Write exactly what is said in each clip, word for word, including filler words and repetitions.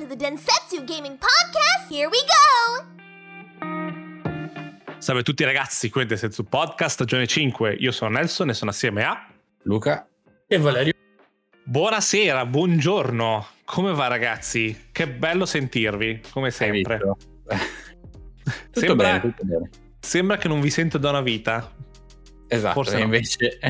the Densetsu Gaming Podcast. Here we go! Salve a tutti ragazzi, qui è Densetsu Podcast, stagione cinque. Io sono Nelson e sono assieme a Luca e Valerio. Buonasera, buongiorno. Come va ragazzi? Che bello sentirvi, come sempre. tutto sembra, bene, tutto bene. Sembra che non vi sento da una vita. Esatto, Forse e no. invece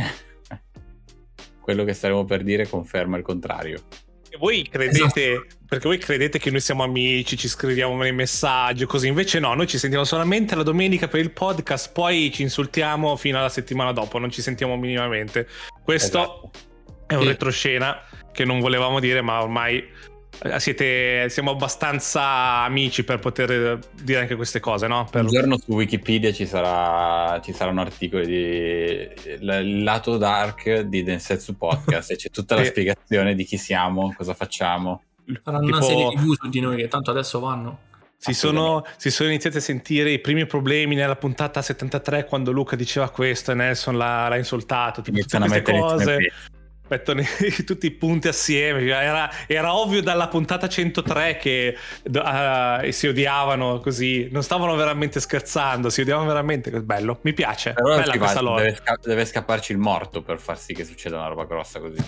quello che staremo per dire conferma il contrario. E voi credete, perché voi credete che noi siamo amici, ci scriviamo nei messaggi così, invece no, noi ci sentiamo solamente la domenica per il podcast, poi ci insultiamo fino alla settimana dopo, non ci sentiamo minimamente. Questo Esatto. è un Sì. retroscena che non volevamo dire, ma ormai siete siamo abbastanza amici per poter dire anche queste cose, no? Per... Un giorno su Wikipedia ci sarà ci saranno articoli di il lato dark di Densetsu Podcast e c'è tutta la Sì. spiegazione di chi siamo, cosa facciamo. Saranno Tipo- una serie tivù su di noi che tanto adesso vanno. Si sono, si sono iniziati a sentire i primi problemi nella puntata settantatré quando Luca diceva questo e Nelson l'ha, l'ha insoltato, tutte Iniziano a queste mettere insieme cose. pezzi. Mettono tutti i punti assieme. Era, era ovvio dalla puntata centotré che uh, si odiavano così, non stavano veramente scherzando, si odiavano veramente. Bello, mi piace. Però Bella ci va- questa lore. deve, sca- deve scapparci il morto per far sì che succeda una roba grossa così.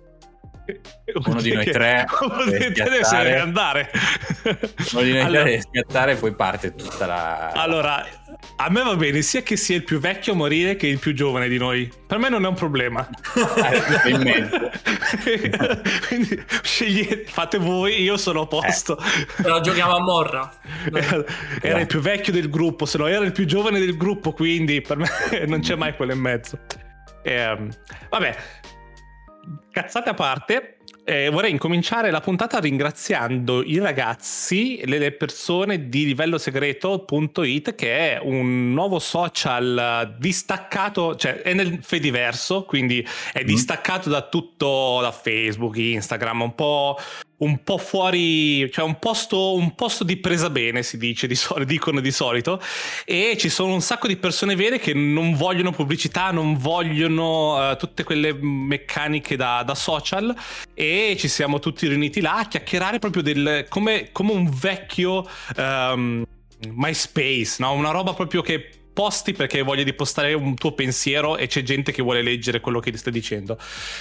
Uno di noi Che- tre uno di deve noi tre deve schiattare. deve andare. Uno di noi Allora- deve schiattare e poi parte tutta la... Allora, a me va bene sia che sia il più vecchio a morire che il più giovane di noi. Per me non è un problema. Eh, in mezzo. Quindi scegliete, fate voi, io sono a posto. Però giochiamo a Morra. Era il più vecchio del gruppo, se no era il più giovane del gruppo, quindi per me non c'è mai quello in mezzo. Ehm, vabbè, cazzate a parte. Eh, vorrei incominciare la puntata ringraziando i ragazzi, le, le persone di livello segreto punto it, che è un nuovo social distaccato, cioè è nel Fediverso, quindi è Mm. distaccato da tutto, da Facebook, Instagram, un po', un po' fuori, cioè un posto, un posto di presa bene, si dice, di solito, dicono di solito, e ci sono un sacco di persone vere che non vogliono pubblicità, non vogliono uh, tutte quelle meccaniche da, da social, e ci siamo tutti riuniti là a chiacchierare proprio del come, come un vecchio um, MySpace, no? Una roba proprio che posti perché hai voglia di postare un tuo pensiero e c'è gente che vuole leggere quello che ti stai dicendo.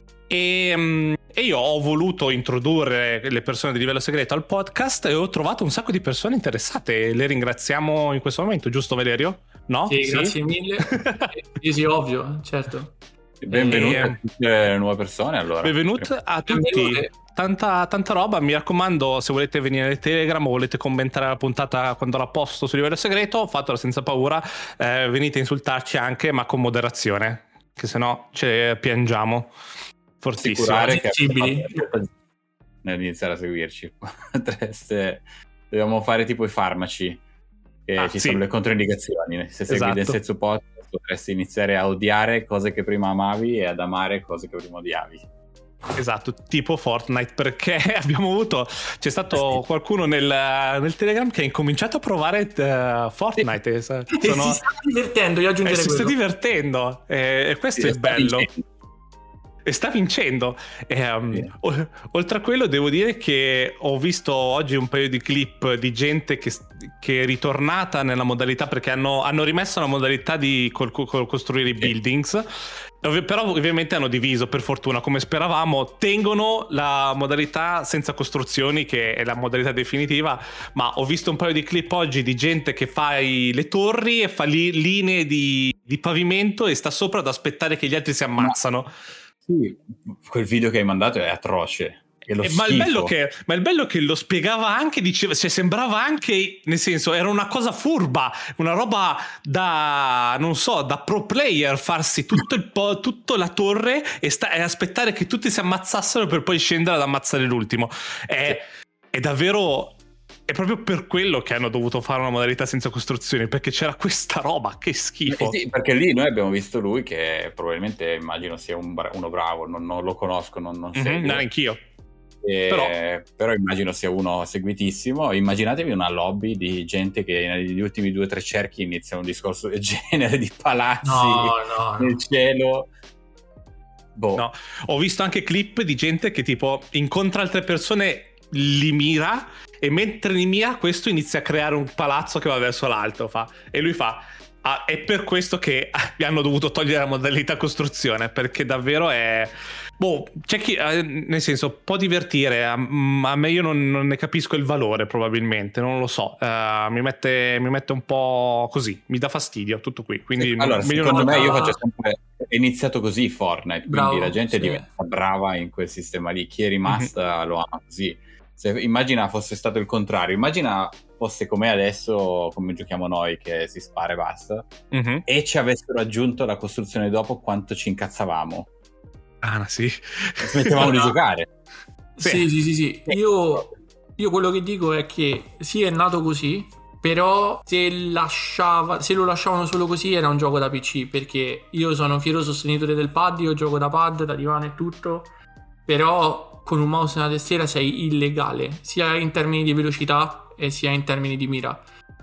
E, um, e io ho voluto introdurre le persone di livello segreto al podcast e ho trovato un sacco di persone interessate. Le ringraziamo in questo momento, giusto Valerio? No? Sì, grazie mille. Sì, sì, ovvio, certo. Benvenuti E- a tutte le nuove persone allora. Benvenuti a tutti. Benvenute. Tanta, tanta roba, mi raccomando, se volete venire al Telegram o volete commentare la puntata quando la posto su livello segreto, fatelo senza paura, eh, venite a insultarci anche, ma con moderazione, che sennò ce piangiamo fortissimo. Assicurare che Accessibili. nell'iniziare a seguirci. Potreste... Dobbiamo fare tipo i farmaci, che Ah, ci sì. sono le controindicazioni. Se segui Esatto. Densetsu Podcast potresti iniziare a odiare cose che prima amavi e ad amare cose che prima odiavi. Esatto, tipo Fortnite, perché abbiamo avuto, c'è stato Sì. qualcuno nel, nel Telegram che ha incominciato a provare eh, Fortnite, e sa- E sono- si sta divertendo, io e aggiungerei si sta quello. divertendo, e, e questo Sì, è sta bello. vincendo. E sta vincendo. E, um, Sì. o- oltre a quello devo dire che ho visto oggi un paio di clip di gente che, che è ritornata nella modalità, perché hanno, hanno rimesso la modalità di col- col costruire i buildings. Ov- però ovviamente hanno diviso, per fortuna, come speravamo, tengono la modalità senza costruzioni, che è la modalità definitiva, ma ho visto un paio di clip oggi di gente che fa i- le torri e fa li- linee di, di pavimento e sta sopra ad aspettare che gli altri si ammazzano. Sì, quel video che hai mandato è atroce. È lo Eh, ma, il schifo. bello che, ma il bello che lo spiegava anche, diceva, cioè sembrava anche, nel senso, era una cosa furba, una roba da, non so, da pro player, farsi tutto il po', tutta la torre e, sta- e aspettare che tutti si ammazzassero per poi scendere ad ammazzare l'ultimo. È, è davvero... È proprio per quello che hanno dovuto fare una modalità senza costruzioni, perché c'era questa roba, che schifo. Eh sì, perché lì noi abbiamo visto lui che probabilmente immagino sia un bra- uno bravo, non, non lo conosco, non, non Mhm, seguo. no, anch'io. Eh, Però- però immagino sia uno seguitissimo. Immaginatevi una lobby di gente che negli ultimi due o tre cerchi inizia un discorso del genere di palazzi No, no, nel no. cielo. Boh. No, ho visto anche clip di gente che tipo incontra altre persone li mira e mentre li mira questo inizia a creare un palazzo che va verso l'alto, fa, e lui fa ah, è per questo che vi hanno dovuto togliere la modalità costruzione, perché davvero è boh, c'è chi eh, nel senso può divertire, a, a me io non, non ne capisco il valore, probabilmente non lo so, uh, mi mette mi mette un po' così, mi dà fastidio tutto qui, quindi sì, allora meglio secondo non... me io faccio sempre è iniziato così Fortnite, Bravo, quindi la gente sì. diventa brava in quel sistema lì, chi è rimasta mm-hmm. lo ama così. Se, immagina fosse stato il contrario, immagina fosse come adesso, come giochiamo noi, che si spara e basta, mm-hmm. e ci avessero aggiunto la costruzione dopo, quanto ci incazzavamo. Ah, sì. Smettevamo di giocare. Sì, sì, sì, sì. Io, io quello che dico è che sì, è nato così, però se, lasciava, se lo lasciavano solo così era un gioco da P C, perché io sono un fiero sostenitore del pad, io gioco da pad, da divano e tutto, però con un mouse e una tastiera sei illegale, sia in termini di velocità e sia in termini di mira.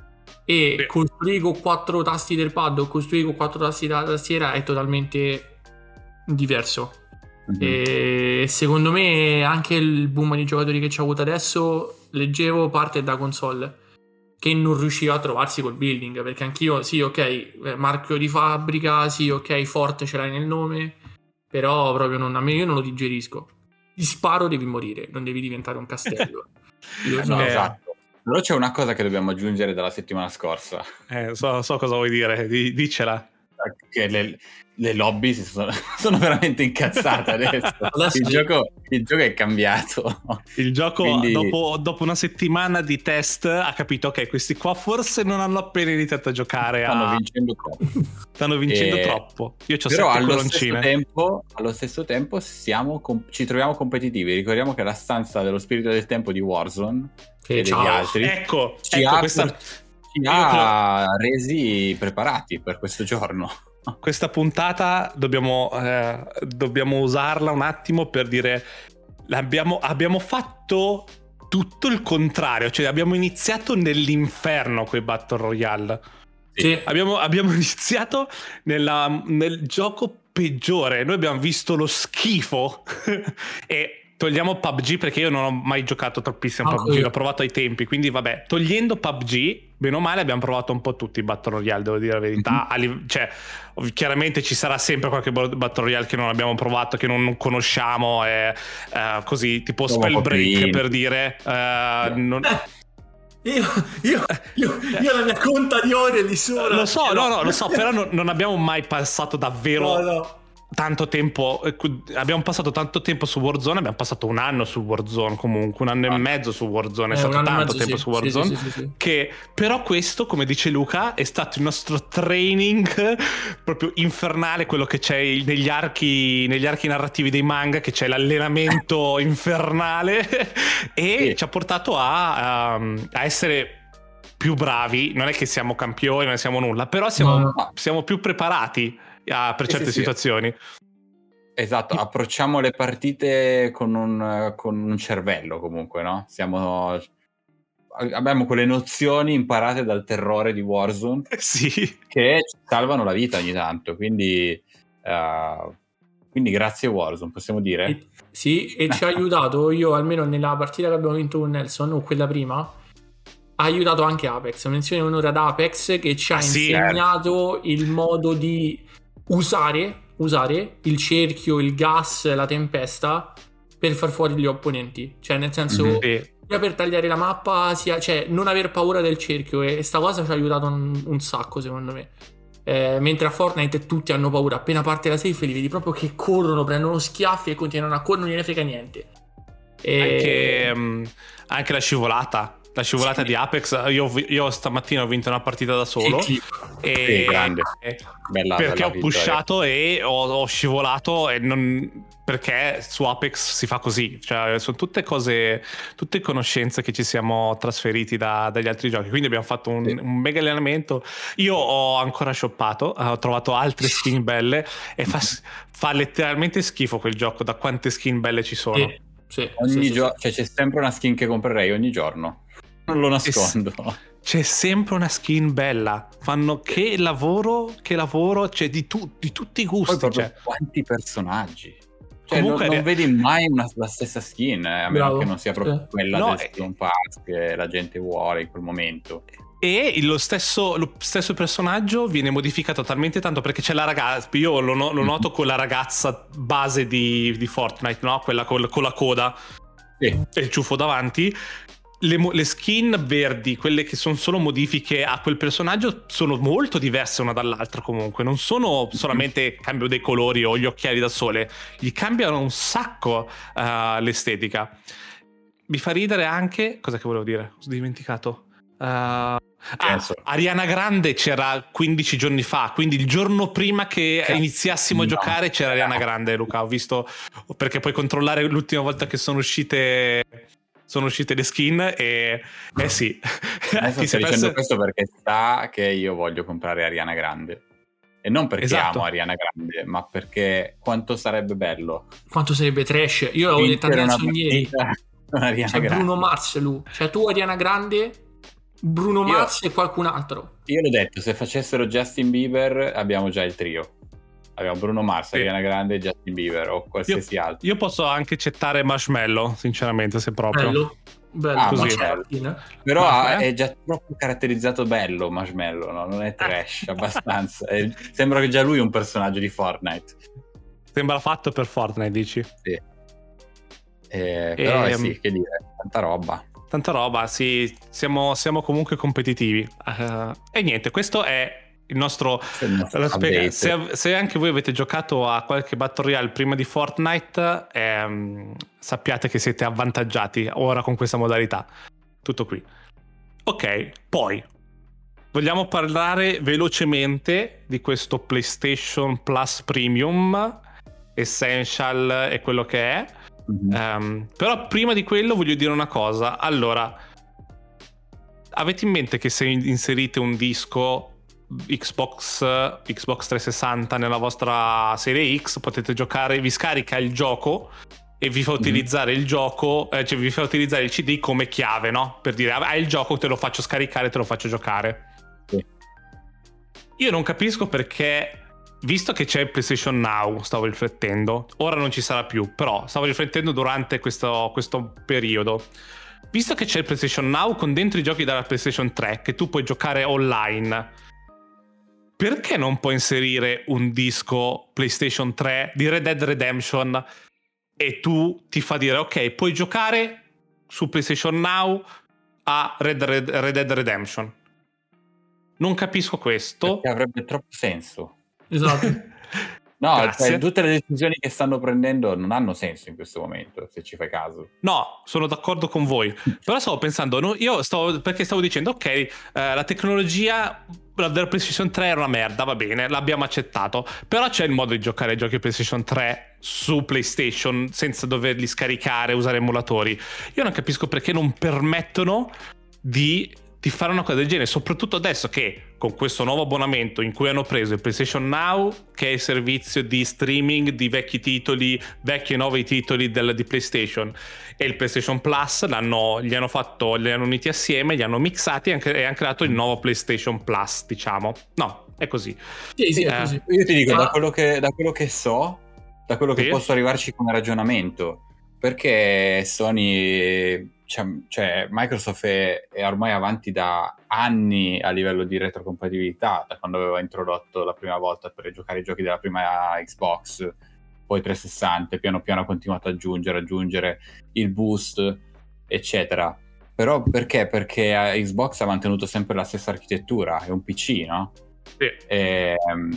E Beh. costruire con quattro tasti del pad o costruire con quattro tasti della tastiera è totalmente diverso. Mm-hmm. E secondo me anche il boom di giocatori che c'è avuto adesso, leggevo, parte da console che non riusciva a trovarsi col building, perché anch'io sì, ok, marchio di fabbrica, sì, ok, forte ce l'hai nel nome, però proprio non, a me io non lo digerisco. Ti sparo, devi morire, non devi diventare un castello. Io sono... no, esatto. Però c'è una cosa che dobbiamo aggiungere dalla settimana scorsa. Eh, so, so cosa vuoi dire, D- dicela. Che le, le lobby si sono, sono veramente incazzate adesso. il, gioco, il gioco è cambiato. Il gioco Quindi... dopo, dopo una settimana di test ha capito ok, questi qua forse non hanno appena iniziato a giocare. Stanno a... vincendo troppo. Stanno vincendo e... troppo. Io c'ho Però sette allo coloncine. stesso tempo, allo stesso tempo siamo com- ci troviamo competitivi. Ricordiamo che la stanza dello spirito del tempo di Warzone e degli ciao. altri ecco, ci ecco ha, questa... ci ha resi preparati per questo giorno. Questa puntata dobbiamo, eh, dobbiamo usarla un attimo per dire abbiamo, abbiamo fatto tutto il contrario, cioè abbiamo iniziato nell'inferno con i Battle Royale. Sì. Abbiamo, abbiamo iniziato nella, nel gioco peggiore, noi abbiamo visto lo schifo e togliamo P U B G perché io non ho mai giocato troppissimo a P U B G, l'ho provato ai tempi, quindi vabbè, togliendo P U B G, bene o male abbiamo provato un po' tutti i Battle Royale, devo dire la verità. Mm-hmm. Cioè, chiaramente ci sarà sempre qualche Battle Royale che non abbiamo provato, che non conosciamo, e, uh, così, tipo Come Spellbreak per dire. Uh, yeah. non... Io, io, io, io la mia conta di ore lì sopra. Lo so, no, no, lo so, però non, non abbiamo mai passato davvero... No, no. tanto tempo, abbiamo passato tanto tempo su Warzone, abbiamo passato un anno su Warzone comunque, un anno ah. e mezzo su Warzone, è eh, stato tanto tempo sì, su Warzone, sì, sì, sì, sì. Che però questo, come dice Luca, è stato il nostro training proprio infernale, quello che c'è negli archi, negli archi narrativi dei manga, che c'è l'allenamento infernale e sì. ci ha portato a, a, a essere più bravi, non è che siamo campioni, non siamo nulla, però siamo, no, no. siamo più preparati Ah, per certe sì, sì, situazioni. Esatto, approcciamo le partite con un, con un cervello comunque, no? Siamo abbiamo quelle nozioni imparate dal terrore di Warzone sì. che ci salvano la vita ogni tanto, quindi uh, quindi grazie Warzone, possiamo dire? E, sì, e ci ha aiutato, io almeno nella partita che abbiamo vinto con Nelson, o quella prima, ha aiutato anche Apex, menzione onore ad Apex che ci ha ah, insegnato sì, il modo di usare, usare il cerchio, il gas, la tempesta per far fuori gli opponenti, cioè nel senso mm-hmm. sia per tagliare la mappa sia, cioè non aver paura del cerchio, e sta cosa ci ha aiutato un, un sacco secondo me, eh, mentre a Fortnite tutti hanno paura, appena parte la safe li vedi proprio che corrono, prendono schiaffi e continuano a correre, non gliene frega niente. E... anche, um, anche la scivolata La scivolata sì. di Apex, io, io stamattina ho vinto una partita da solo sì, e, sì, grande. E, bella, perché bella ho pushato e ho, ho scivolato e non, perché su Apex si fa così, cioè sono tutte cose, tutte conoscenze che ci siamo trasferiti da, dagli altri giochi, quindi abbiamo fatto un, sì. un mega allenamento. Io ho ancora shoppato, ho trovato altre skin belle e fa, fa letteralmente schifo quel gioco da quante skin belle ci sono. Sì. Sì, ogni sì, gio- sì. Cioè c'è sempre una skin che comprerei ogni giorno, non lo nascondo. C'è sempre una skin bella, fanno che lavoro, che lavoro, c'è di, tu- di tutti i gusti. Poi cioè. quanti personaggi, Cioè, comunque non, non vedi mai una, la stessa skin, eh, a meno Bravo. che non sia proprio Sì. quella No, del eh. Season Pass che la gente vuole in quel momento. E lo stesso, lo stesso personaggio viene modificato talmente tanto, perché c'è la ragazza, io lo, no- lo noto con la ragazza base di, di Fortnite, no? Quella col- con la coda Sì. e il ciuffo davanti. Le, mo- le skin verdi, quelle che sono solo modifiche a quel personaggio, sono molto diverse una dall'altra comunque. Non sono solamente cambio dei colori o gli occhiali da sole, gli cambiano un sacco uh, l'estetica. Mi fa ridere anche... Cosa che volevo dire? Ho dimenticato. Uh, ah, Ariana Grande c'era quindici giorni fa, quindi il giorno prima che iniziassimo no. a giocare c'era Ariana Grande, Luca. Ho visto, perché puoi controllare l'ultima volta che sono uscite... sono uscite le skin e eh sì. Adesso sto dicendo perso... questo perché sa che io voglio comprare Ariana Grande, e non perché esatto. amo Ariana Grande, ma perché quanto sarebbe bello, quanto sarebbe trash. Io l'avevo detto adesso ieri, c'è Grande. Bruno Mars, lui, cioè tu Ariana Grande, Bruno io, Mars e qualcun altro. Io l'ho detto, se facessero Justin Bieber abbiamo già il trio. Abbiamo Bruno Mars, sì. Ariana Grande e Justin Bieber o qualsiasi io, altro. Io posso anche accettare Marshmello, sinceramente, se proprio. Bello, bello. Ah, così. Però ma, è già troppo caratterizzato bello Marshmello, no? Non è trash abbastanza. È, sembra che già lui è un personaggio di Fortnite. Sembra fatto per Fortnite, dici? Sì. Eh, però e, eh, sì, che dire, tanta roba. Tanta roba, sì, siamo, siamo comunque competitivi. Uh, e niente, questo è il nostro, la spiega- se, se anche voi avete giocato a qualche Battle Royale prima di Fortnite, ehm, sappiate che siete avvantaggiati ora con questa modalità. Tutto qui. Ok, poi vogliamo parlare velocemente di questo PlayStation Plus Premium Essential e quello che è. Mm-hmm. Um, però prima di quello voglio dire una cosa. Allora, avete in mente che se inserite un disco Xbox Xbox trecentosessanta nella vostra serie X potete giocare, vi scarica il gioco e vi fa utilizzare mm-hmm. il gioco, eh, cioè vi fa utilizzare il C D come chiave, no? Per dire, ah, il gioco te lo faccio scaricare, te lo faccio giocare. Sì. Io non capisco perché, visto che c'è PlayStation Now, stavo riflettendo, ora non ci sarà più, però stavo riflettendo durante questo, questo periodo. Visto che c'è il PlayStation Now con dentro i giochi della PlayStation tre che tu puoi giocare online, perché non puoi inserire un disco PlayStation tre di Red Dead Redemption e tu ti fa dire ok, puoi giocare su PlayStation Now a Red, Red, Red Dead Redemption? Non capisco questo. Perché avrebbe troppo senso. Esatto. No, cioè, tutte le decisioni che stanno prendendo non hanno senso in questo momento, se ci fai caso. No, sono d'accordo con voi. Però stavo pensando, no, io stavo, perché stavo dicendo, ok, eh, la tecnologia della PlayStation tre era una merda, va bene, l'abbiamo accettato. Però c'è il modo di giocare ai giochi PlayStation tre su PlayStation senza doverli scaricare, usare emulatori. Io non capisco perché non permettono di... di fare una cosa del genere, soprattutto adesso che con questo nuovo abbonamento in cui hanno preso il PlayStation Now, che è il servizio di streaming di vecchi titoli, vecchi e nuovi titoli del, di PlayStation, e il PlayStation Plus l'hanno, gli hanno fatto, li hanno uniti assieme, li hanno mixati e anche, e hanno creato il nuovo PlayStation Plus, diciamo. No, è così. Sì, sì, è eh, così. Io ti dico, ah. da, quello che, da quello che so, da quello che sì. posso arrivarci come ragionamento, perché Sony... Cioè, Microsoft è, è ormai avanti da anni a livello di retrocompatibilità, da quando aveva introdotto la prima volta per giocare i giochi della prima Xbox, poi trecentosessanta, piano piano ha continuato ad aggiungere, aggiungere il boost, eccetera. Però perché? Perché Xbox ha mantenuto sempre la stessa architettura, è un P C, no? Sì. E,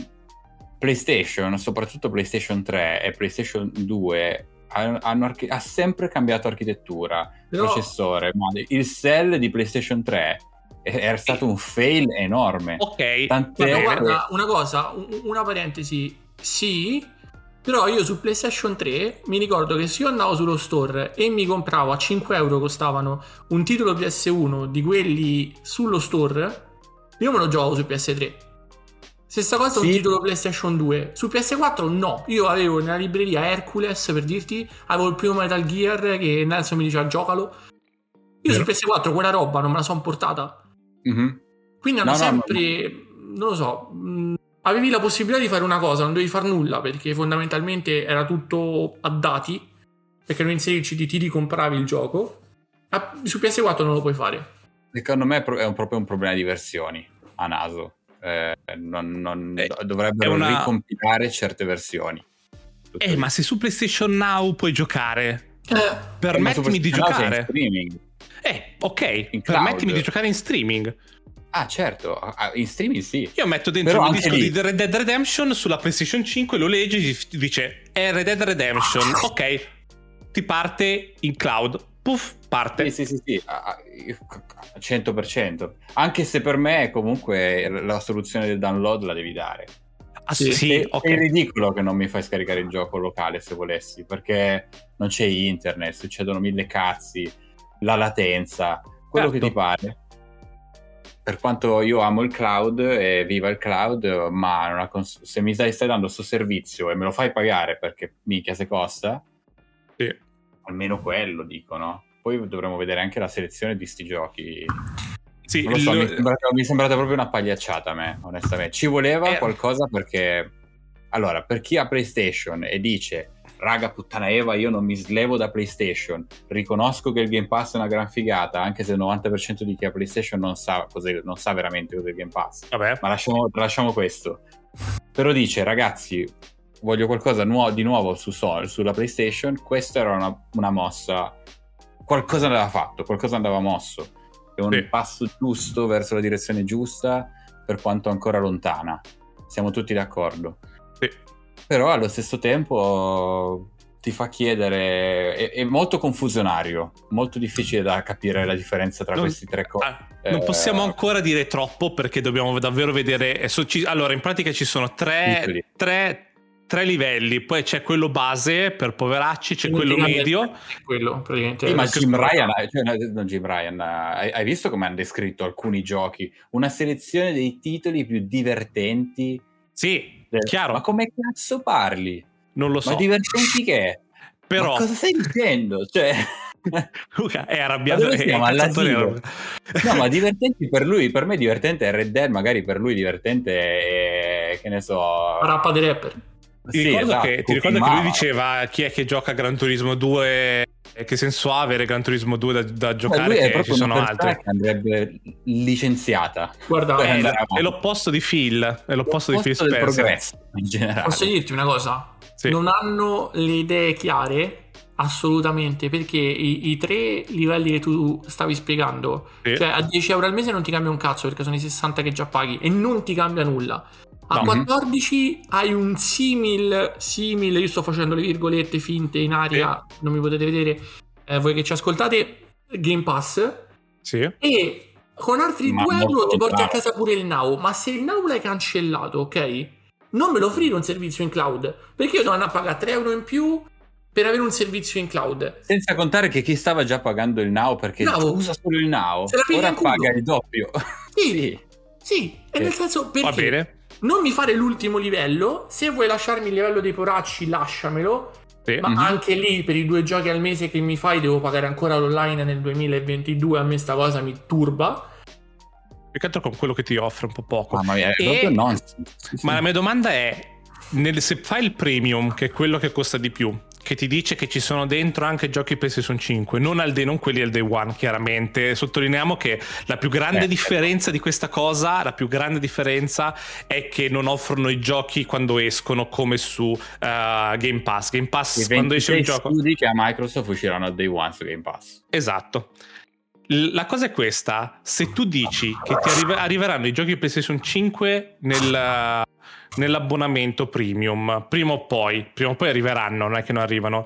PlayStation, soprattutto PlayStation tre e PlayStation due, hanno archi- ha sempre cambiato architettura, però... processore, ma il cell di PlayStation tre era stato un fail enorme. Ok, tant'è ma guarda, una cosa, una parentesi, sì, però io su PlayStation tre mi ricordo che se io andavo sullo store e mi compravo a cinque euro costavano un titolo P S uno di quelli sullo store, io me lo giocavo su P S tre. Stessa cosa sì. Un titolo PlayStation due. Su P S quattro no. Io avevo nella libreria Hercules, per dirti, avevo il primo Metal Gear che Nelson mi diceva giocalo. Io Vero. Su P S quattro quella roba non me la sono portata. Mm-hmm. Quindi hanno no, sempre, no, no. non lo so, avevi la possibilità di fare una cosa, non dovevi fare nulla, perché fondamentalmente era tutto a dati, perché non inserirci ti, ti ricompravi il gioco. Su P S quattro non lo puoi fare. Secondo me è un, proprio un problema di versioni a naso. Eh, non, non eh, dovrebbero una... ricompilare certe versioni. Eh, lì. Ma se su PlayStation Now puoi giocare, eh, permettimi di giocare. In streaming. Eh, ok, permettimi di giocare in streaming. Ah, certo, in streaming sì. Io metto dentro il disco lì. Di Red Dead Redemption sulla PlayStation cinque, lo leggi e ti dice è Red Dead Redemption. Ok, ti parte in cloud. Puff, parte. Sì, sì, sì, sì. cento per cento. Anche se per me comunque la soluzione del download la devi dare. Ah, sì, sì, è, okay. È ridicolo che non mi fai scaricare il gioco locale se volessi, perché non c'è internet, succedono mille cazzi, la latenza, quello certo. che ti pare. Per quanto io amo il cloud e viva il cloud, ma non cons- se mi stai, stai dando questo servizio e me lo fai pagare perché minchia se costa, sì. almeno quello dico, no? Poi dovremmo vedere anche la selezione di sti giochi. Sì, non lo so, lo... mi, sembra, mi è sembrata proprio una pagliacciata a me, onestamente. Ci voleva eh... qualcosa perché... Allora, per chi ha PlayStation e dice raga puttana Eva, io non mi slevo da PlayStation, riconosco che il Game Pass è una gran figata, anche se il novanta per cento di chi ha PlayStation non sa, cos'è, non sa veramente cos'è il Game Pass. Vabbè. Ma lasciamo, lasciamo questo. Però dice, ragazzi, voglio qualcosa nuovo, di nuovo su Sony, sulla PlayStation. Questa era una, una mossa, qualcosa andava fatto, qualcosa andava mosso. È un sì. passo giusto verso la direzione giusta, per quanto ancora lontana. Siamo tutti d'accordo. Sì. Però allo stesso tempo ti fa chiedere, è, è molto confusionario, molto difficile da capire la differenza tra non, questi tre cose. Ah, non eh, possiamo ancora dire troppo perché dobbiamo davvero vedere. Allora, in pratica ci sono tre, tre, tre livelli, poi c'è quello base per poveracci, c'è quello medio. Quello praticamente. Sì, ma Jim Ryan, cioè, non Jim Ryan, hai, hai visto come hanno descritto alcuni giochi? Una selezione dei titoli più divertenti. Sì, chiaro. Ma come cazzo parli? Non lo so. Ma divertenti che è? Però... Ma cosa stai dicendo? Cioè... Luca è arrabbiato. Ma siamo all'asilo? No, ma divertenti per lui. Per me divertente è Red Dead, magari per lui divertente è... che ne so... Rappa di rapper. Ti sì, ricordo, esatto, che, ti ricordo che lui diceva chi è che gioca Gran Turismo due, che senso ha avere Gran Turismo due da, da giocare, lui è che ci sono altri che andrebbe licenziata. Guarda, è, è l'opposto di Phil, è l'opposto, l'opposto di Phil Spencer. Progresso in generale. Posso dirti una cosa? Sì. Non hanno le idee chiare assolutamente, perché i, i tre livelli che tu stavi spiegando, sì. cioè a dieci euro al mese non ti cambia un cazzo perché sono i sessanta che già paghi e non ti cambia nulla. A no. quattordici hai un simil, simile, io sto facendo le virgolette finte in aria, sì. non mi potete vedere, eh, voi che ci ascoltate, Game Pass, sì. e con altri ma due euro ti porti bravo. a casa pure il Now, ma se il Now l'hai cancellato, ok? Non me lo offrire un servizio in cloud, perché io devo andare a pagare tre euro in più per avere un servizio in cloud. Senza contare che chi stava già pagando il Now, perché Bravo. usa solo il Now, ora paga il doppio. Sì, sì, sì. e nel senso, perché... Va bene. Non mi fare l'ultimo livello, se vuoi lasciarmi il livello dei poracci lasciamelo, sì. ma mm-hmm. anche lì per i due giochi al mese che mi fai devo pagare ancora l'online nel duemilaventidue, a me sta cosa mi turba. Più che altro con quello che ti offre un po' poco. Ah, ma, è e... non... ma la mia domanda è, nel, se fai il premium, che è quello che costa di più, che ti dice che ci sono dentro anche giochi PlayStation cinque, non, al day, non quelli al day one, chiaramente. Sottolineiamo che la più grande eh, differenza di questa cosa, la più grande differenza è che non offrono i giochi quando escono come su uh, Game Pass. Game Pass quando esce un gioco... studi che a Microsoft usciranno al day one su Game Pass. Esatto. La cosa è questa, se tu dici che ti arrive, arriveranno i giochi PlayStation cinque nel... nell'abbonamento premium, prima o poi prima o poi arriveranno, non è che non arrivano,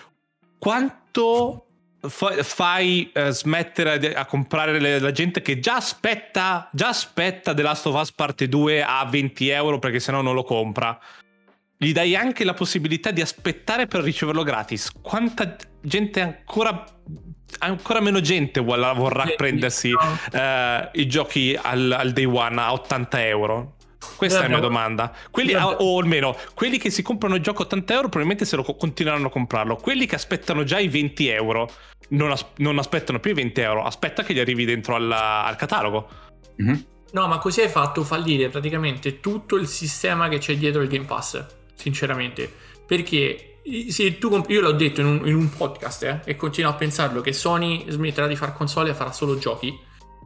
quanto fa, fai eh, smettere a comprare le, la gente che già aspetta già aspetta The Last of Us parte due a venti euro perché sennò non lo compra, gli dai anche la possibilità di aspettare per riceverlo gratis? Quanta gente ancora ancora meno gente vorrà, vorrà prendersi eh, i giochi al, al day one a ottanta euro? Questa è la mia domanda. Quelli, o almeno quelli che si comprano il gioco a ottanta euro probabilmente se lo continueranno a comprarlo. Quelli che aspettano già i venti euro non, as- non aspettano più i venti euro, aspetta che gli arrivi dentro alla, al catalogo. Mm-hmm. No, ma così hai fatto fallire praticamente tutto il sistema che c'è dietro il Game Pass, sinceramente. Perché se tu comp- io l'ho detto in un, in un podcast eh, e continuo a pensarlo, che Sony smetterà di fare console e farà solo giochi.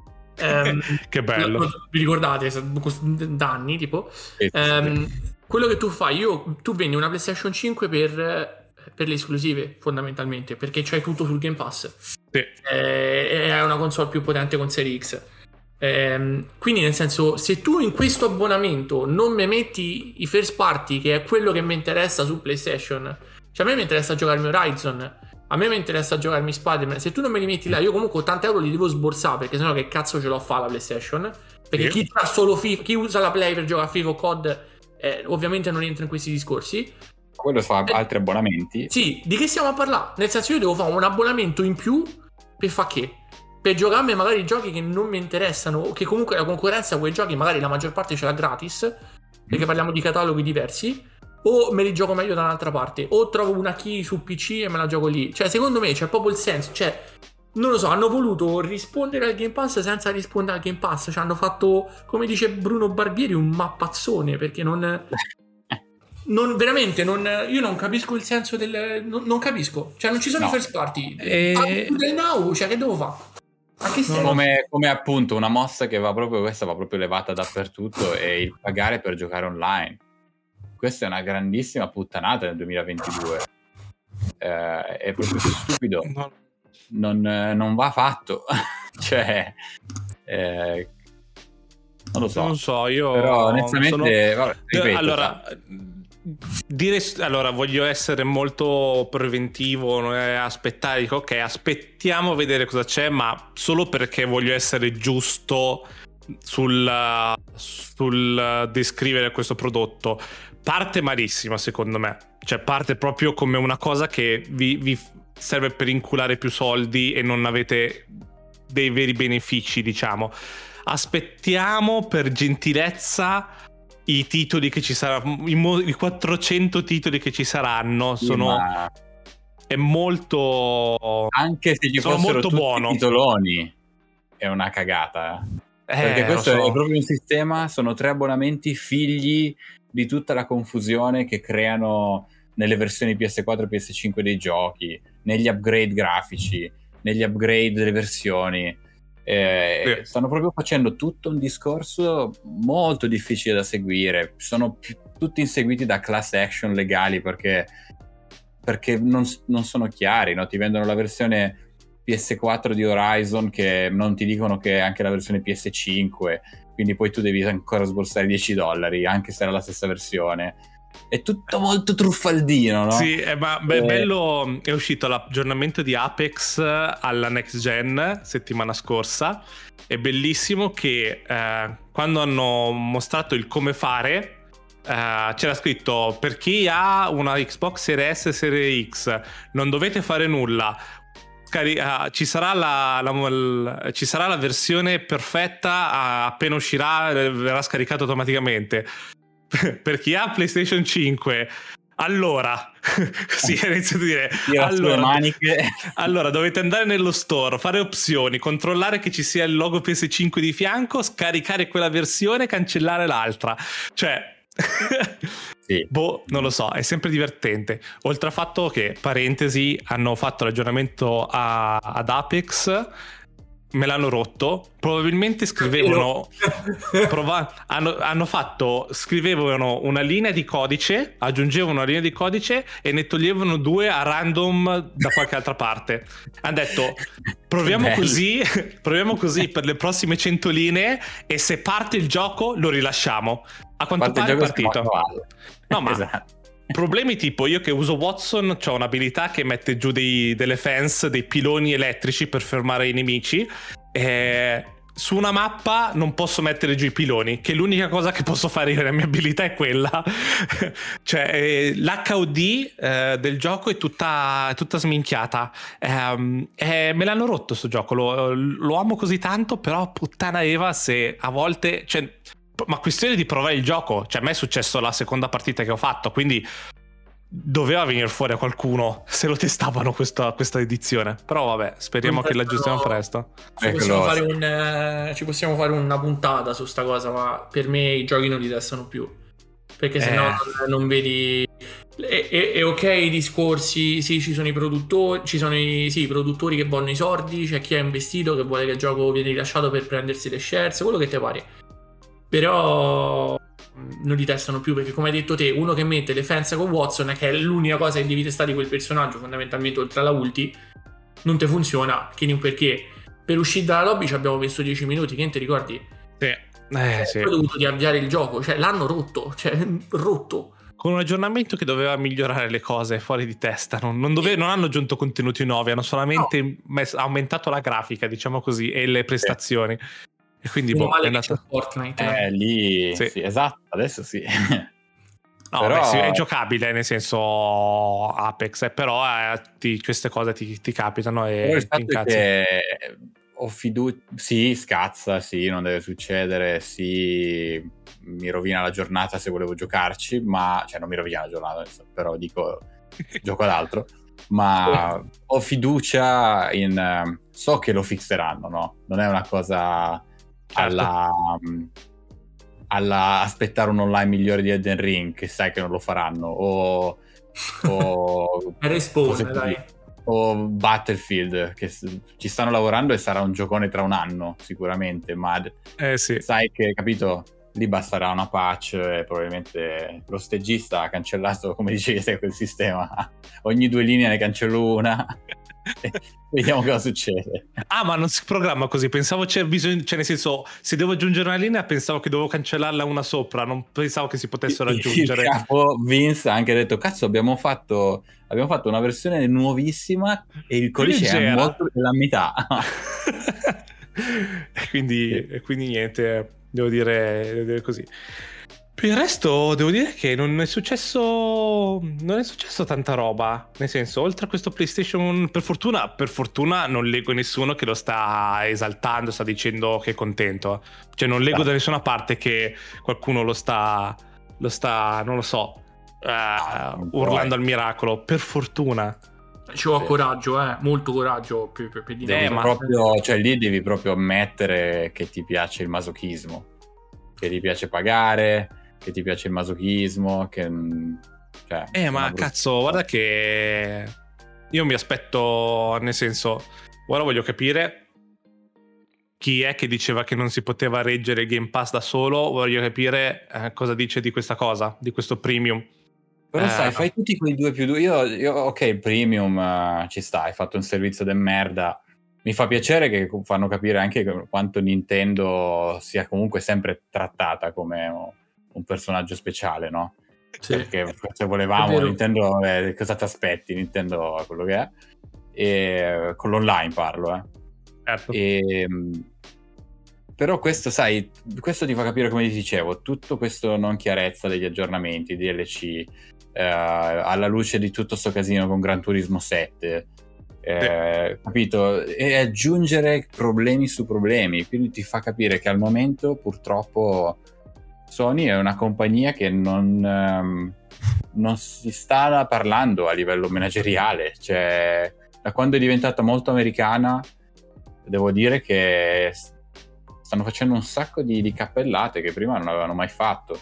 Um, che bello. Lo, vi ricordate da anni tipo um, quello che tu fai, io tu vendi una PlayStation cinque per, per le esclusive fondamentalmente, perché c'hai tutto sul Game Pass. Sì. Eh, è una console più potente con Serie X. Eh, quindi nel senso, se tu in questo abbonamento non mi metti i first party, che è quello che mi interessa su PlayStation, cioè a me mi interessa giocarmi Horizon, a me mi interessa giocarmi Spider-Man, se tu non me li metti là, io comunque ottanta euro li devo sborsare, perché sennò che cazzo ce l'ho a fare la PlayStation? Perché sì. chi fa solo FIFA, chi usa la Play per giocare a FIFA o C O D eh, ovviamente non entra in questi discorsi. Quello fa eh, altri abbonamenti. Sì, di che stiamo a parlare? Nel senso, io devo fare un abbonamento in più per fa che? Per giocarmi magari giochi che non mi interessano, o che comunque la concorrenza quei giochi magari la maggior parte ce l'ha gratis, perché parliamo di cataloghi diversi, o me li gioco meglio da un'altra parte, o trovo una key su P C e me la gioco lì. Cioè secondo me c'è proprio il senso, cioè non lo so, hanno voluto rispondere al Game Pass senza rispondere al Game Pass, cioè hanno fatto, come dice Bruno Barbieri, un mappazzone, perché non non veramente non, io non capisco il senso del non, non capisco, cioè non ci sono no. i first party e... ah, del now, cioè che devo fare? Come, come appunto una mossa che va proprio, questa va proprio levata dappertutto, è il pagare per giocare online. Questa è una grandissima puttanata nel duemilaventidue, eh, è proprio stupido, non, non va fatto. Cioè eh, non lo so, non so io però onestamente sono... vabbè, ripeto, allora dire, allora voglio essere molto preventivo, eh, aspettare, dico ok, aspettiamo a vedere cosa c'è, ma solo perché voglio essere giusto sul, sul descrivere questo prodotto. Parte malissimo secondo me, cioè parte proprio come una cosa che vi, vi serve per inculare più soldi e non avete dei veri benefici, diciamo. Aspettiamo per gentilezza i titoli che ci saranno, i, mo- i quattrocento titoli che ci saranno, sì, sono ma... è molto, anche se ci sono fossero molto tutti buono. I titoloni è una cagata, eh. Eh, perché questo so. è proprio un sistema, sono tre abbonamenti figli di tutta la confusione che creano nelle versioni P S quattro e P S cinque dei giochi, negli upgrade grafici, negli upgrade delle versioni. Eh, sì. Stanno proprio facendo tutto un discorso molto difficile da seguire, sono più, tutti inseguiti da class action legali perché, perché non, non sono chiari, no? Ti vendono la versione P S quattro di Horizon che non ti dicono che è anche la versione P S cinque, quindi poi tu devi ancora sborsare dieci dollari anche se era la stessa versione. È tutto molto truffaldino, no? Sì, eh, ma beh, eh. bello, è uscito l'aggiornamento di Apex alla next gen settimana scorsa. È bellissimo che eh, quando hanno mostrato il come fare eh, c'era scritto: per chi ha una Xbox Series S e Series X non dovete fare nulla, Cari- uh, ci sarà la, la, la ci sarà la versione perfetta, uh, appena uscirà verrà scaricato automaticamente. Per chi ha PlayStation cinque, allora sì, inizio a dire allora, maniche. allora dovete andare nello store, fare opzioni, controllare che ci sia il logo P S cinque di fianco, scaricare quella versione, cancellare l'altra. Cioè sì. boh, non lo so, è sempre divertente. Oltre al fatto che, parentesi, hanno fatto l'aggiornamento a, ad Apex, me l'hanno rotto, probabilmente scrivevano prova- hanno, hanno fatto scrivevano una linea di codice, aggiungevano una linea di codice e ne toglievano due a random da qualche altra parte. Hanno detto proviamo così proviamo così per le prossime cento linee e se parte il gioco lo rilasciamo. A quanto pare è partito. No, ma esatto. Problemi tipo, io che uso Watson c'ho un'abilità che mette giù dei, delle fence, dei piloni elettrici per fermare i nemici, e su una mappa non posso mettere giù i piloni, che l'unica cosa che posso fare io, la mia abilità è quella. Cioè eh, l'H U D eh, del gioco è tutta, è tutta sminchiata, eh, eh, me l'hanno rotto sto gioco, lo, lo amo così tanto, però puttana Eva se a volte, cioè, ma questione di provare il gioco, cioè a me è successo la seconda partita che ho fatto, quindi doveva venire fuori a qualcuno se lo testavano questa, questa edizione. Però vabbè, speriamo che l'aggiustiamo presto. Ci possiamo, fare un, eh, ci possiamo fare una puntata su sta cosa, ma per me i giochi non li testano più, perché sennò eh. non, non vedi. È, è, è ok i discorsi, sì, ci sono i produttori, ci sono i, sì, i produttori che vogliono i soldi, c'è chi ha investito che vuole che il gioco viene rilasciato per prendersi le shares, quello che te pare. Però non li testano più, perché come hai detto te, uno che mette le fence con Watson, che è l'unica cosa che devi testare di quel personaggio fondamentalmente oltre alla ulti, non ti funziona, che non perché per uscire dalla lobby ci abbiamo messo dieci minuti, che non ti ricordi? Sì, eh, sì. Poi ho dovuto riavviare il gioco, cioè l'hanno rotto, cioè rotto. Con un aggiornamento che doveva migliorare le cose fuori di testa, non, non, dove, non hanno aggiunto contenuti nuovi, hanno solamente no. messo, aumentato la grafica, diciamo così, e le prestazioni. Sì. E quindi boh, è andato Fortnite. Eh, lì sì. Sì, esatto, adesso sì. No, però... beh, sì, è giocabile, nel senso Apex, eh, però eh, ti, queste cose ti, ti capitano e ti incazzi. Che ho fiducia, sì, scazza, sì, non deve succedere, sì, mi rovina la giornata se volevo giocarci, ma cioè non mi rovina la giornata, però dico gioco ad altro, ma sì. Ho fiducia in, so che lo fixeranno, no? Non è una cosa alla, alla aspettare un online migliore di Elden Ring, che sai che non lo faranno, o o Respawn, dai. O Battlefield, che ci stanno lavorando e sarà un giocone tra un anno sicuramente, ma eh sì. sai che, capito, lì basterà una patch e probabilmente lo stagista ha cancellato, come dicevi te, quel sistema, ogni due linee ne cancello una. Vediamo cosa succede. Ah, ma non si programma così, pensavo c'è bisogno, cioè nel senso, se devo aggiungere una linea pensavo che dovevo cancellarla una sopra, non pensavo che si potessero aggiungere. Il capo Vince ha anche detto cazzo, abbiamo fatto abbiamo fatto una versione nuovissima e il codice è molto della metà. e quindi sì. e quindi niente, devo dire, devo dire così. Per il resto devo dire che non è successo non è successo tanta roba, nel senso, oltre a questo PlayStation, per fortuna per fortuna non leggo nessuno che lo sta esaltando, sta dicendo che è contento, cioè non leggo da nessuna parte che qualcuno lo sta lo sta non lo so uh, urlando al miracolo, per fortuna. Ci ho sì. coraggio, eh, molto coraggio per, per, per dire eh, ma proprio, cioè lì devi proprio ammettere che ti piace il masochismo, che ti piace pagare, che ti piace il masochismo, che cioè, eh ma cazzo, guarda che io mi aspetto, nel senso, ora voglio capire chi è che diceva che non si poteva reggere il Game Pass da solo, voglio capire eh, cosa dice di questa cosa, di questo premium. Però eh, sai, fai tutti quei due più due, io, io ok, il premium uh, ci sta, hai fatto un servizio de merda. Mi fa piacere che fanno capire anche quanto Nintendo sia comunque sempre trattata come un personaggio speciale, no? Sì. Perché se volevamo Nintendo, eh, cosa ti aspetti? Nintendo è quello che è, e con l'online parlo, eh. Certo. E, però questo, sai, questo ti fa capire, come ti dicevo, tutto questo non chiarezza degli aggiornamenti, D L C, eh, alla luce di tutto sto casino con Gran Turismo sette. Eh, sì. Capito? E aggiungere problemi su problemi, quindi ti fa capire che al momento purtroppo Sony è una compagnia che non, um, non si sta parlando a livello manageriale, cioè da quando è diventata molto americana devo dire che stanno facendo un sacco di, di cappellate che prima non avevano mai fatto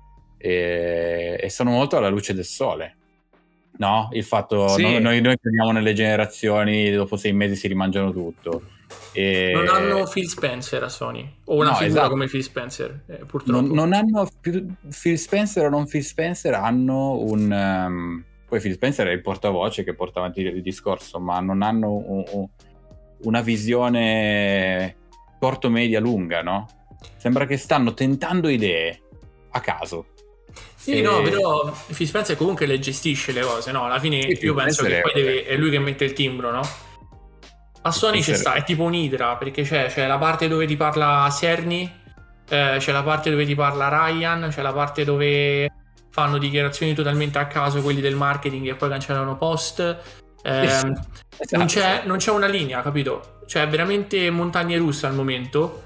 e, e sono molto alla luce del sole. No, il fatto sì. noi, noi, noi crediamo nelle generazioni, dopo sei mesi si rimangiano tutto. E... non hanno Phil Spencer a Sony, o una no, figura esatto. come Phil Spencer, eh, purtroppo. Non, non hanno più Phil Spencer o non Phil Spencer, hanno un... Um... Poi Phil Spencer è il portavoce che porta avanti il discorso, ma non hanno un, un, una visione corto, media, lunga, no? Sembra che stanno tentando idee a caso. Sì, e... no, però Phil Spencer comunque le gestisce le cose, no? Alla fine sì, io penso che poi deve, è lui che mette il timbro, no? A Sony ci sta, è tipo un'idra, perché c'è, c'è la parte dove ti parla Cerny, eh, c'è la parte dove ti parla Ryan, c'è la parte dove fanno dichiarazioni totalmente a caso quelli del marketing e poi cancellano post. Eh, esatto. non, c'è, non c'è una linea, capito? Cioè è veramente montagne russe al momento.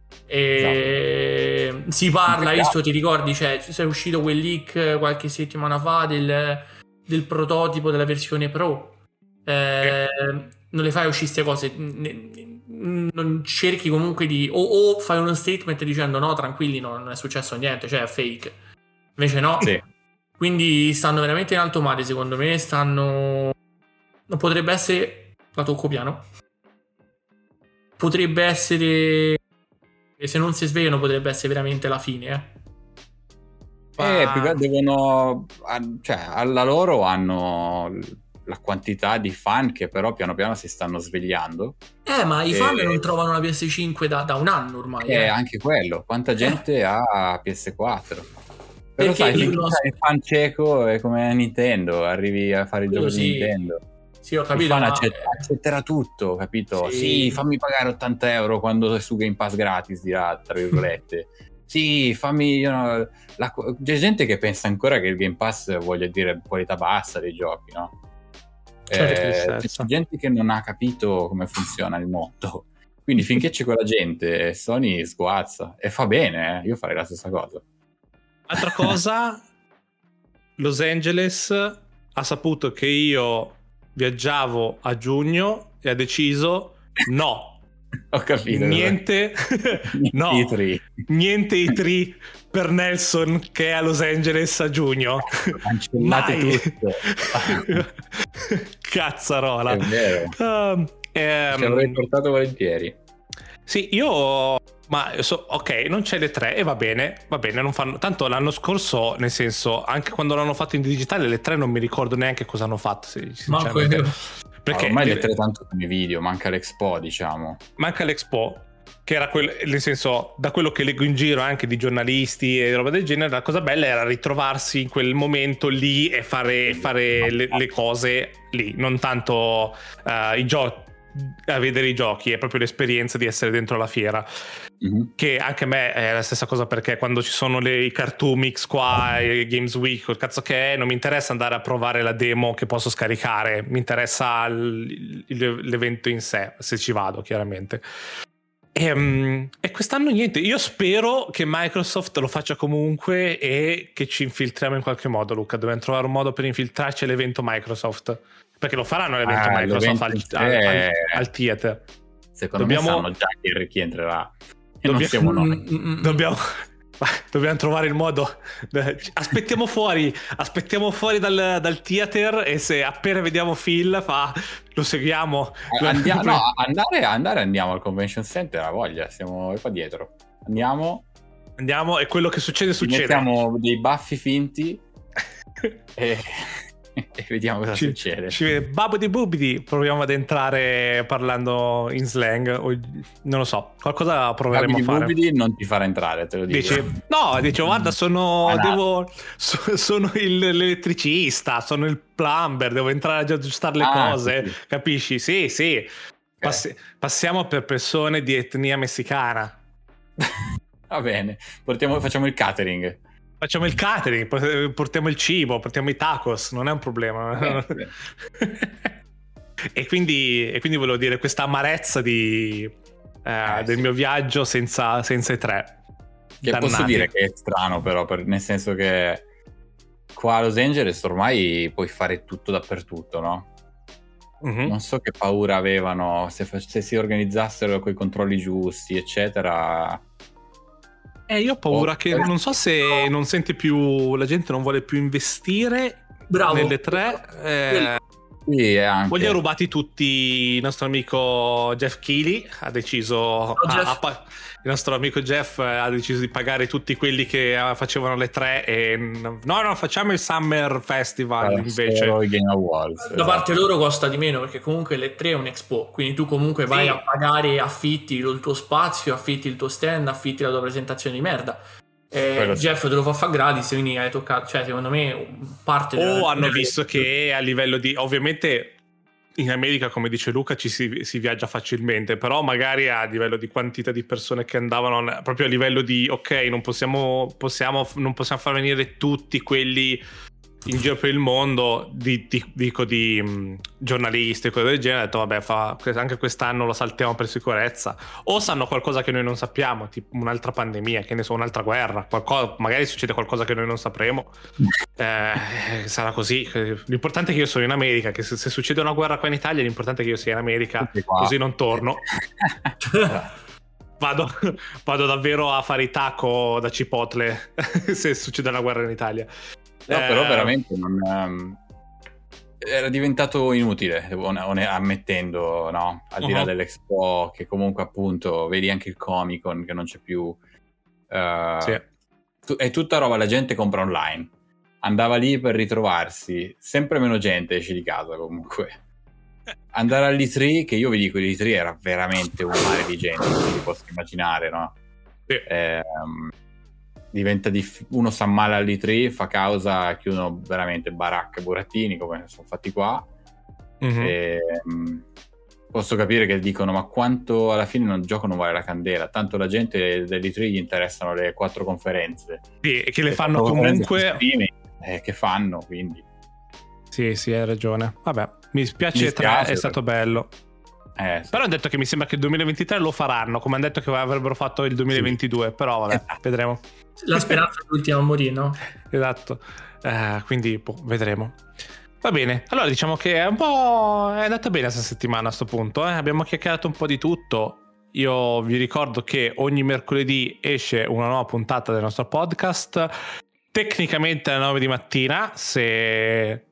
E esatto. Si parla, visto, ti ricordi, cioè, è uscito quel leak qualche settimana fa del, del prototipo della versione Pro. Eh, non le fai uscire queste cose, non cerchi comunque di o, o fai uno statement dicendo no, tranquilli, no, non è successo niente, cioè è fake. Invece no, sì. Quindi stanno veramente in alto mare, secondo me. Stanno, non potrebbe essere, la tocco piano, potrebbe essere, e se non si svegliano potrebbe essere veramente la fine, eh. Eh, più devono, cioè, alla loro hanno la quantità di fan che però piano piano si stanno svegliando. Eh, ma i e... fan non trovano la P S cinque da, da un anno ormai. Eh, eh. anche quello. Quanta gente eh. ha P S quattro? Però perché sai, finché non... sei fan cieco è come Nintendo, arrivi a fare il gioco sì. di Nintendo. Sì, ho capito. Il fan Ma... accett- accetterà tutto, capito? Sì. sì, fammi pagare ottanta euro quando è su Game Pass gratis, dirà, tra virgolette. Sì, fammi... You know, la... C'è gente che pensa ancora che il Game Pass voglia dire qualità bassa dei giochi, no? Eh, c'è gente che non ha capito come funziona il mondo. Quindi finché c'è quella gente, Sony sguazza. E fa bene, eh? Io farei la stessa cosa. Altra cosa, Los Angeles ha saputo che io viaggiavo a giugno e ha deciso no. Ho capito. Niente, no, E tre. niente E tre per Nelson che è a Los Angeles a giugno. Cancellate tutto. Cazzarola. È vero. Uh, ehm, Ci avrei portato volentieri. Sì, io... Ma so, ok, non c'è le tre e va bene, va bene, non fanno... Tanto l'anno scorso, nel senso, anche quando l'hanno fatto in digitale, le tre non mi ricordo neanche cosa hanno fatto. Sinceramente. Perché ormai le tre tanto come video, manca l'Expo, diciamo. Manca l'Expo, che era quel, nel senso, da quello che leggo in giro anche di giornalisti e roba del genere, la cosa bella era ritrovarsi in quel momento lì e fare, fare le, le cose lì, non tanto uh, i giochi, a vedere i giochi, è proprio l'esperienza di essere dentro la fiera. Mm-hmm. Che anche a me è la stessa cosa, perché quando ci sono le, i Cartoon Mix qua, i Games Week, il cazzo che è, non mi interessa andare a provare la demo che posso scaricare, mi interessa l, l'evento in sé, se ci vado chiaramente. E, um, e quest'anno niente, io spero che Microsoft lo faccia comunque e che ci infiltriamo in qualche modo. Luca, dobbiamo trovare un modo per infiltrarci all'evento Microsoft, perché lo faranno l'evento ah, Microsoft l'evento al, al, al, al theater. Secondo dobbiamo... me sanno già che chi entrerà e dobbiamo... non siamo noi. Dobbiamo... dobbiamo trovare il modo. Aspettiamo fuori, aspettiamo fuori dal, dal theater e se appena vediamo Phil fa lo seguiamo. Andiamo, no, andare, andare andiamo al convention center, a voglia, siamo qua dietro. Andiamo. Andiamo e quello che succede succede. Mettiamo dei baffi finti e... e vediamo cosa ci, succede. Ci vede babidi bubidi, proviamo ad entrare parlando in slang o non lo so, qualcosa proveremo babidi a fare. Bubidi non ti farà entrare, te lo dico. Dice, no, dice guarda sono ah, devo so, sono il, l'elettricista, sono il plumber, devo entrare ad aggiustare le ah, cose, sì. Capisci? Sì, sì. Okay. Passi, passiamo per persone di etnia messicana. Va bene, portiamo, facciamo il catering. Facciamo il catering, portiamo il cibo, portiamo i tacos, non è un problema. Eh, e, quindi, e quindi volevo dire questa amarezza di, eh, eh, del sì. mio viaggio senza, senza i tre. Che dannati. Posso dire che è strano però, per, nel senso che qua a Los Angeles ormai puoi fare tutto dappertutto, no? Mm-hmm. Non so che paura avevano, se, se si organizzassero coi controlli giusti, eccetera... Eh, io ho paura oh, che non so se non sente più, la gente non vuole più investire Bravo. nelle tre. Eh, sì, anche. Poi li ha rubati tutti. Il nostro amico Jeff Keighley ha deciso. Oh, a, a, il nostro amico Jeff ha deciso di pagare tutti quelli che facevano le tre. E no, no, facciamo il Summer Festival eh, invece. I Game Awards, da esatto. parte loro costa di meno perché comunque le tre è un Expo. Quindi tu comunque vai sì. a pagare, affitti il tuo spazio, affitti il tuo stand, affitti la tua presentazione di merda. Eh, Jeff te lo fa fare gratis, quindi hai toccato, cioè secondo me parte o oh, hanno visto che a livello di, ovviamente in America come dice Luca ci si, si viaggia facilmente, però magari a livello di quantità di persone che andavano, proprio a livello di ok non possiamo, possiamo non possiamo far venire tutti quelli in giro per il mondo, di, di, dico di mh, giornalisti e cose del genere, ho detto vabbè, fa, anche quest'anno lo saltiamo per sicurezza, o sanno qualcosa che noi non sappiamo, tipo un'altra pandemia, che ne so, un'altra guerra, qualcosa, magari succede qualcosa che noi non sapremo, eh, sarà così. L'importante è che io sono in America, che se, se succede una guerra qua in Italia l'importante è che io sia in America, così non torno. Vado, vado davvero a fare i taco da Cipotle se succede una guerra in Italia. No, eh, però veramente non, um, era diventato inutile, ammettendo, no? Al di là uh-huh. dell'Expo, che comunque appunto vedi anche il Comic-Con che non c'è più. Uh, sì. tu, è tutta roba, la gente compra online. Andava lì per ritrovarsi, sempre meno gente esce di casa comunque. Andare all'E tre, che io vi dico, l'E tre era veramente un mare di gente, quindi posso immaginare, no? Sì. Eh, diventa diff- uno sta male all'E tre, fa causa, chiudono veramente baracche, burattini come sono fatti qua. Mm-hmm. E, um, posso capire che dicono ma quanto alla fine un gioco non vale la candela, tanto la gente dell'E tre gli interessano le quattro conferenze. Sì, che le, le fanno comunque prime, eh, che fanno, quindi sì, sì, hai ragione. Vabbè, mi spiace, mi spiace è stato bello. Eh, sì. Però hanno detto che mi sembra che il duemilaventitré lo faranno, come hanno detto che avrebbero fatto il duemilaventidue, sì. Però vabbè, esatto. Vedremo. La speranza è l'ultima a morire, no? Esatto, eh, quindi boh, vedremo. Va bene, allora diciamo che è un po' è andata bene questa settimana a sto punto, eh? Abbiamo chiacchierato un po' di tutto. Io vi ricordo che ogni mercoledì esce una nuova puntata del nostro podcast, tecnicamente alle nove di mattina, se...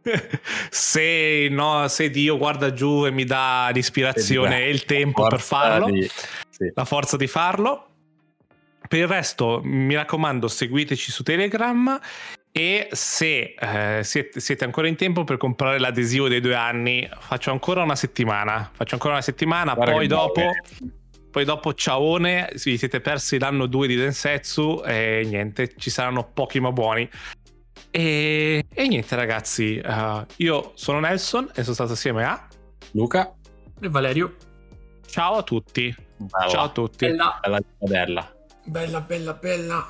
se, no, se Dio guarda giù e mi dà l'ispirazione e il tempo per farlo, di... sì. la forza di farlo. Per il resto mi raccomando, seguiteci su Telegram e se eh, siete, siete ancora in tempo per comprare l'adesivo dei due anni, faccio ancora una settimana faccio ancora una settimana Guarda poi dopo muove. Poi dopo ciaone, vi siete persi l'anno due di Densetsu e niente, ci saranno pochi ma buoni. E, e niente ragazzi, uh, io sono Nelson e sono stato assieme a Luca e Valerio. Ciao a tutti. Bella. Ciao a tutti. Bella bella bella bella bella bella.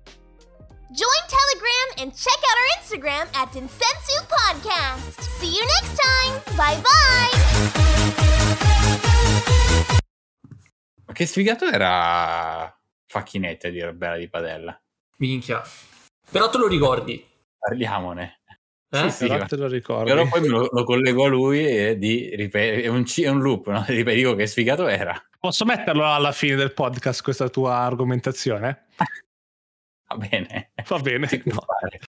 Join Telegram and check out our Instagram at Densetsu Podcast. See you next time. Bye bye. Ma che sfigato era Facchinetta a dire bella di padella. Minchia. Però te lo ricordi? Parliamone. Eh? Sì, sì, però te lo ricordi. Però poi lo, lo collego a lui e di ripet- è, un c- è un loop, no? Dico che sfigato era. Posso metterlo alla fine del podcast questa tua argomentazione? Va bene. Va bene. No.